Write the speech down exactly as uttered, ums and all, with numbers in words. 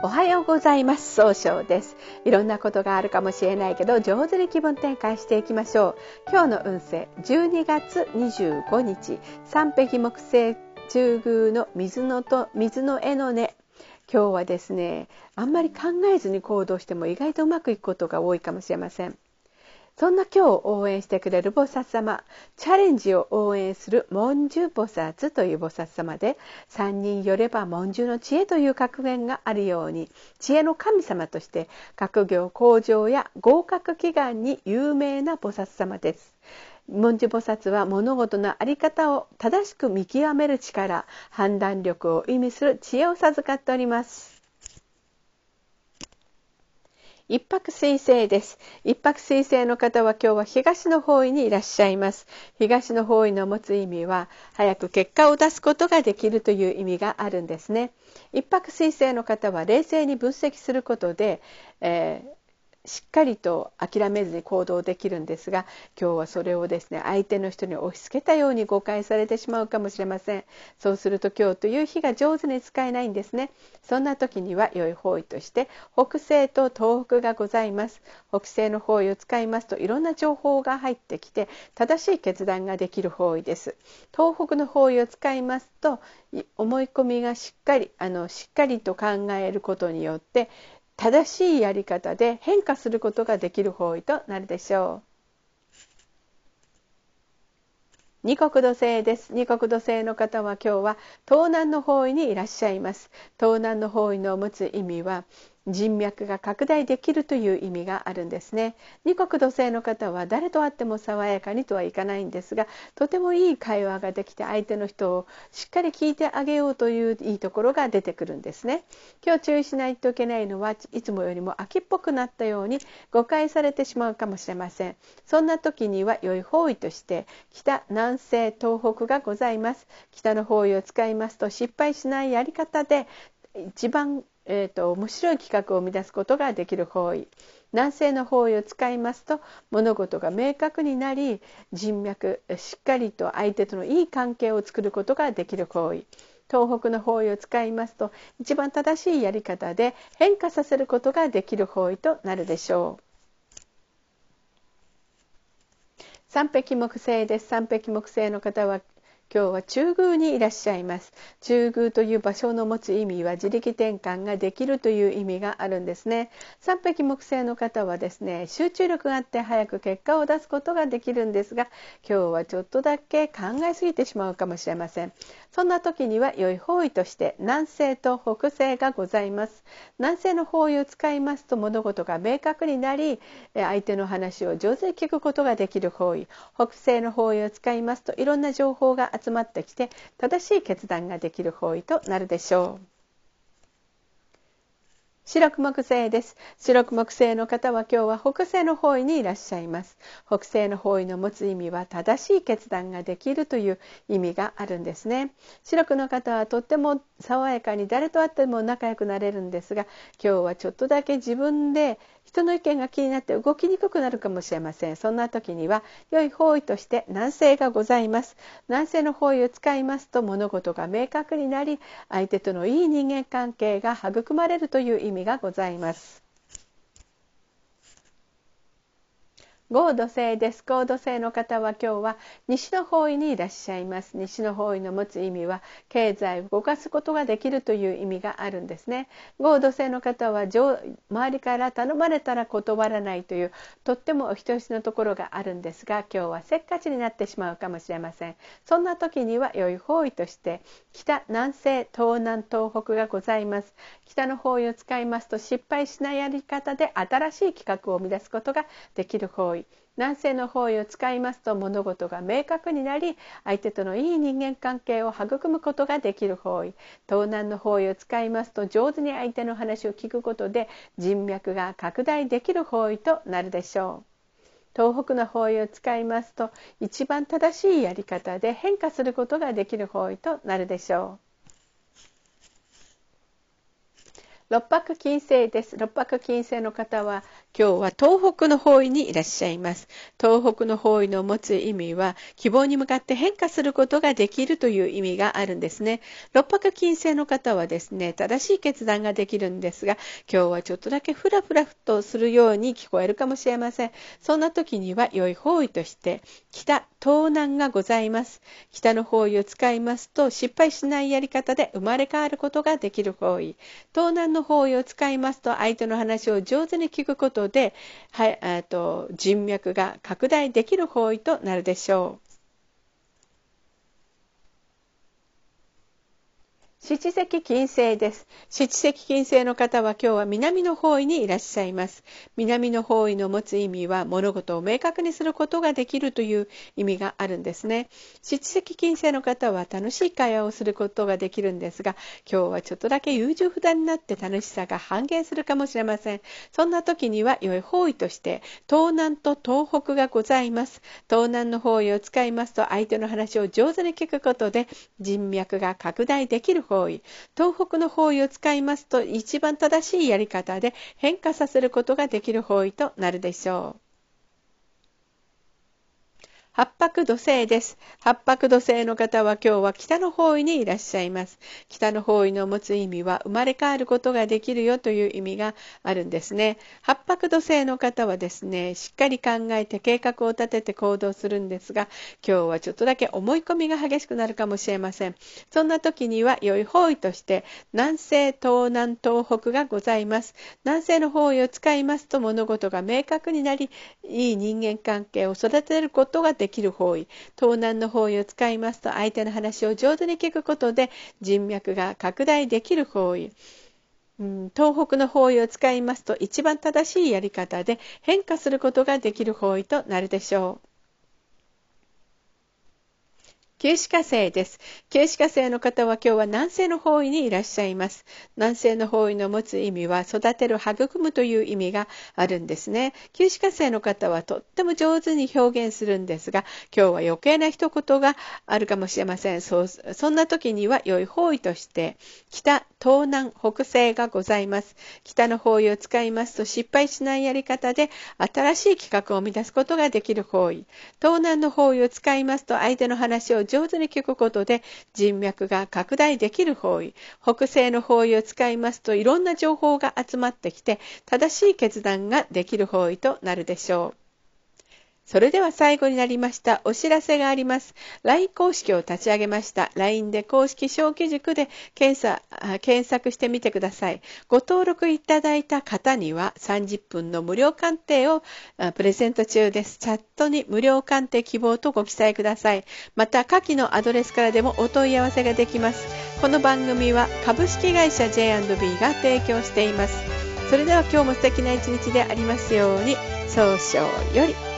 おはようございます。総称です。いろんなことがあるかもしれないけど、上手に気分転換していきましょう。今日の運勢、じゅうにがつにじゅうごにち、三匹木星中宮の水のと水の絵の音。今日はですね、あんまり考えずに行動しても意外とうまくいくことが多いかもしれません。そんな今日を応援してくれる菩薩様、チャレンジを応援する文殊菩薩という菩薩様で、三人よれば文殊の知恵という格言があるように、知恵の神様として学業向上や合格祈願に有名な菩薩様です。文殊菩薩は物事の在り方を正しく見極める力、判断力を意味する知恵を授かっております。一泊水星です。一泊水星の方は今日は東の方位にいらっしゃいます。東の方位の持つ意味は、早く結果を出すことができるという意味があるんですね。一泊水星の方は冷静に分析することで、えーしっかりと諦めずに行動できるんですが、今日はそれをですね、相手の人に押し付けたように誤解されてしまうかもしれません。そうすると今日という日が上手に使えないんですね。そんな時には良い方位として北西と東北がございます。北西の方位を使いますといろんな情報が入ってきて正しい決断ができる方位です。東北の方位を使いますと思い込みがしっかりあのしっかりと考えることによって正しいやり方で変化することができる方位となるでしょう。二国土星です。二国土星の方は今日は東南の方位にいらっしゃいます。東南の方位の持つ意味は人脈が拡大できるという意味があるんですね。二国土星の方は誰と会っても爽やかにとはいかないんですが、とてもいい会話ができて相手の人をしっかり聞いてあげようといういいところが出てくるんですね。今日注意しないといけないのはいつもよりも秋っぽくなったように誤解されてしまうかもしれません。そんな時には良い方位として北、南西、東北がございます。北の方位を使いますと失敗しないやり方で一番えーと、面白い企画を生み出すことができる方位。南西の方位を使いますと物事が明確になり人脈しっかりと相手とのいい関係を作ることができる方位。東北の方位を使いますと一番正しいやり方で変化させることができる方位となるでしょう。三匹木星です。三匹木星の方は今日は中宮にいらっしゃいます。中宮という場所の持つ意味は自力転換ができるという意味があるんですね。三匹木星の方はですね、集中力があって早く結果を出すことができるんですが、今日はちょっとだけ考えすぎてしまうかもしれません。そんな時には良い方位として南西と北西がございます。南西の方位を使いますと物事が明確になり、相手の話を上手に聞くことができる方位。北西の方位を使いますといろんな情報が集まってきて正しい決断ができる方位となるでしょう。白く木星です。白く木星の方は今日は北西の方位にいらっしゃいます。北西の方位の持つ意味は正しい決断ができるという意味があるんですね。白くの方はとっても爽やかに誰と会っても仲良くなれるんですが、今日はちょっとだけ自分で人の意見が気になって動きにくくなるかもしれません。そんな時には良い方位として南西がございます。南西の方位を使いますと物事が明確になり相手とのいい人間関係が育まれるという意味がございます。合土星です。合土星の方は今日は西の方位にいらっしゃいます。西の方位の持つ意味は経済を動かすことができるという意味があるんですね。合土星の方は周りから頼まれたら断らないというとってもお人よしのところがあるんですが、今日はせっかちになってしまうかもしれません。そんな時には良い方位として北、南西、東南、東北がございます。北の方位を使いますと失敗しないやり方で新しい企画を生み出すことができる方位。南西の方位を使いますと物事が明確になり相手とのいい人間関係を育むことができる方位。東南の方位を使いますと上手に相手の話を聞くことで人脈が拡大できる方位となるでしょう。東北の方位を使いますと一番正しいやり方で変化することができる方位となるでしょう。六白金星です。六白金星の方は今日は東北の方位にいらっしゃいます。東北の方位の持つ意味は、希望に向かって変化することができるという意味があるんですね。六白金星の方はですね、正しい決断ができるんですが、今日はちょっとだけフラフラとするように聞こえるかもしれません。そんな時には良い方位として、北、東南がございます。北の方位を使いますと、失敗しないやり方で生まれ変わることができる方位。東南の方位を使いますと、相手の話を上手に聞くことで、はい、あと人脈が拡大できる方位となるでしょう。七石金星です。七石金星の方は今日は南の方位にいらっしゃいます。南の方位の持つ意味は物事を明確にすることができるという意味があるんですね。七石金星の方は楽しい会話をすることができるんですが、今日はちょっとだけ優柔不断になって楽しさが半減するかもしれません。そんな時には良い方位として東南と東北がございます。東南の方位を使いますと、相手の話を上手に聞くことで人脈が拡大できる方位。東北の方位を使いますと、一番正しいやり方で変化させることができる方位となるでしょう。八白土星です。八白土星の方は今日は北の方位にいらっしゃいます。北の方位の持つ意味は生まれ変わることができるよという意味があるんですね。八白土星の方はですね、しっかり考えて計画を立てて行動するんですが、今日はちょっとだけ思い込みが激しくなるかもしれません。そんな時には良い方位として南西、東南、東北がございます。南西の方位を使いますと物事が明確になり、いい人間関係を育てることができます。できる方位、東南の方位を使いますと、相手の話を上手に聞くことで人脈が拡大できる方位、うん、東北の方位を使いますと、一番正しいやり方で変化することができる方位となるでしょう。九死火星です。九死火星の方は今日は南西の方位にいらっしゃいます。南西の方位の持つ意味は育てる、育むという意味があるんですね。九死火星の方はとっても上手に表現するんですが、今日は余計な一言があるかもしれません。そう、そんな時には良い方位として北、東南、北西がございます。北の方位を使いますと、失敗しないやり方で新しい企画を生み出すことができる方位。東南の方位を使いますと、相手の話を上手に聞くことで人脈が拡大できる方位。北西の方位を使いますと、いろんな情報が集まってきて正しい決断ができる方位となるでしょう。それでは最後になりました。お知らせがあります。ライン 公式を立ち上げました。ライン で公式小規塾で検査、検索してみてください。ご登録いただいた方にはさんじゅっぷんの無料鑑定をプレゼント中です。チャットに無料鑑定希望とご記載ください。また下記のアドレスからでもお問い合わせができます。この番組は株式会社 ジェイアンドビー が提供しています。それでは今日も素敵な一日でありますように。早々より。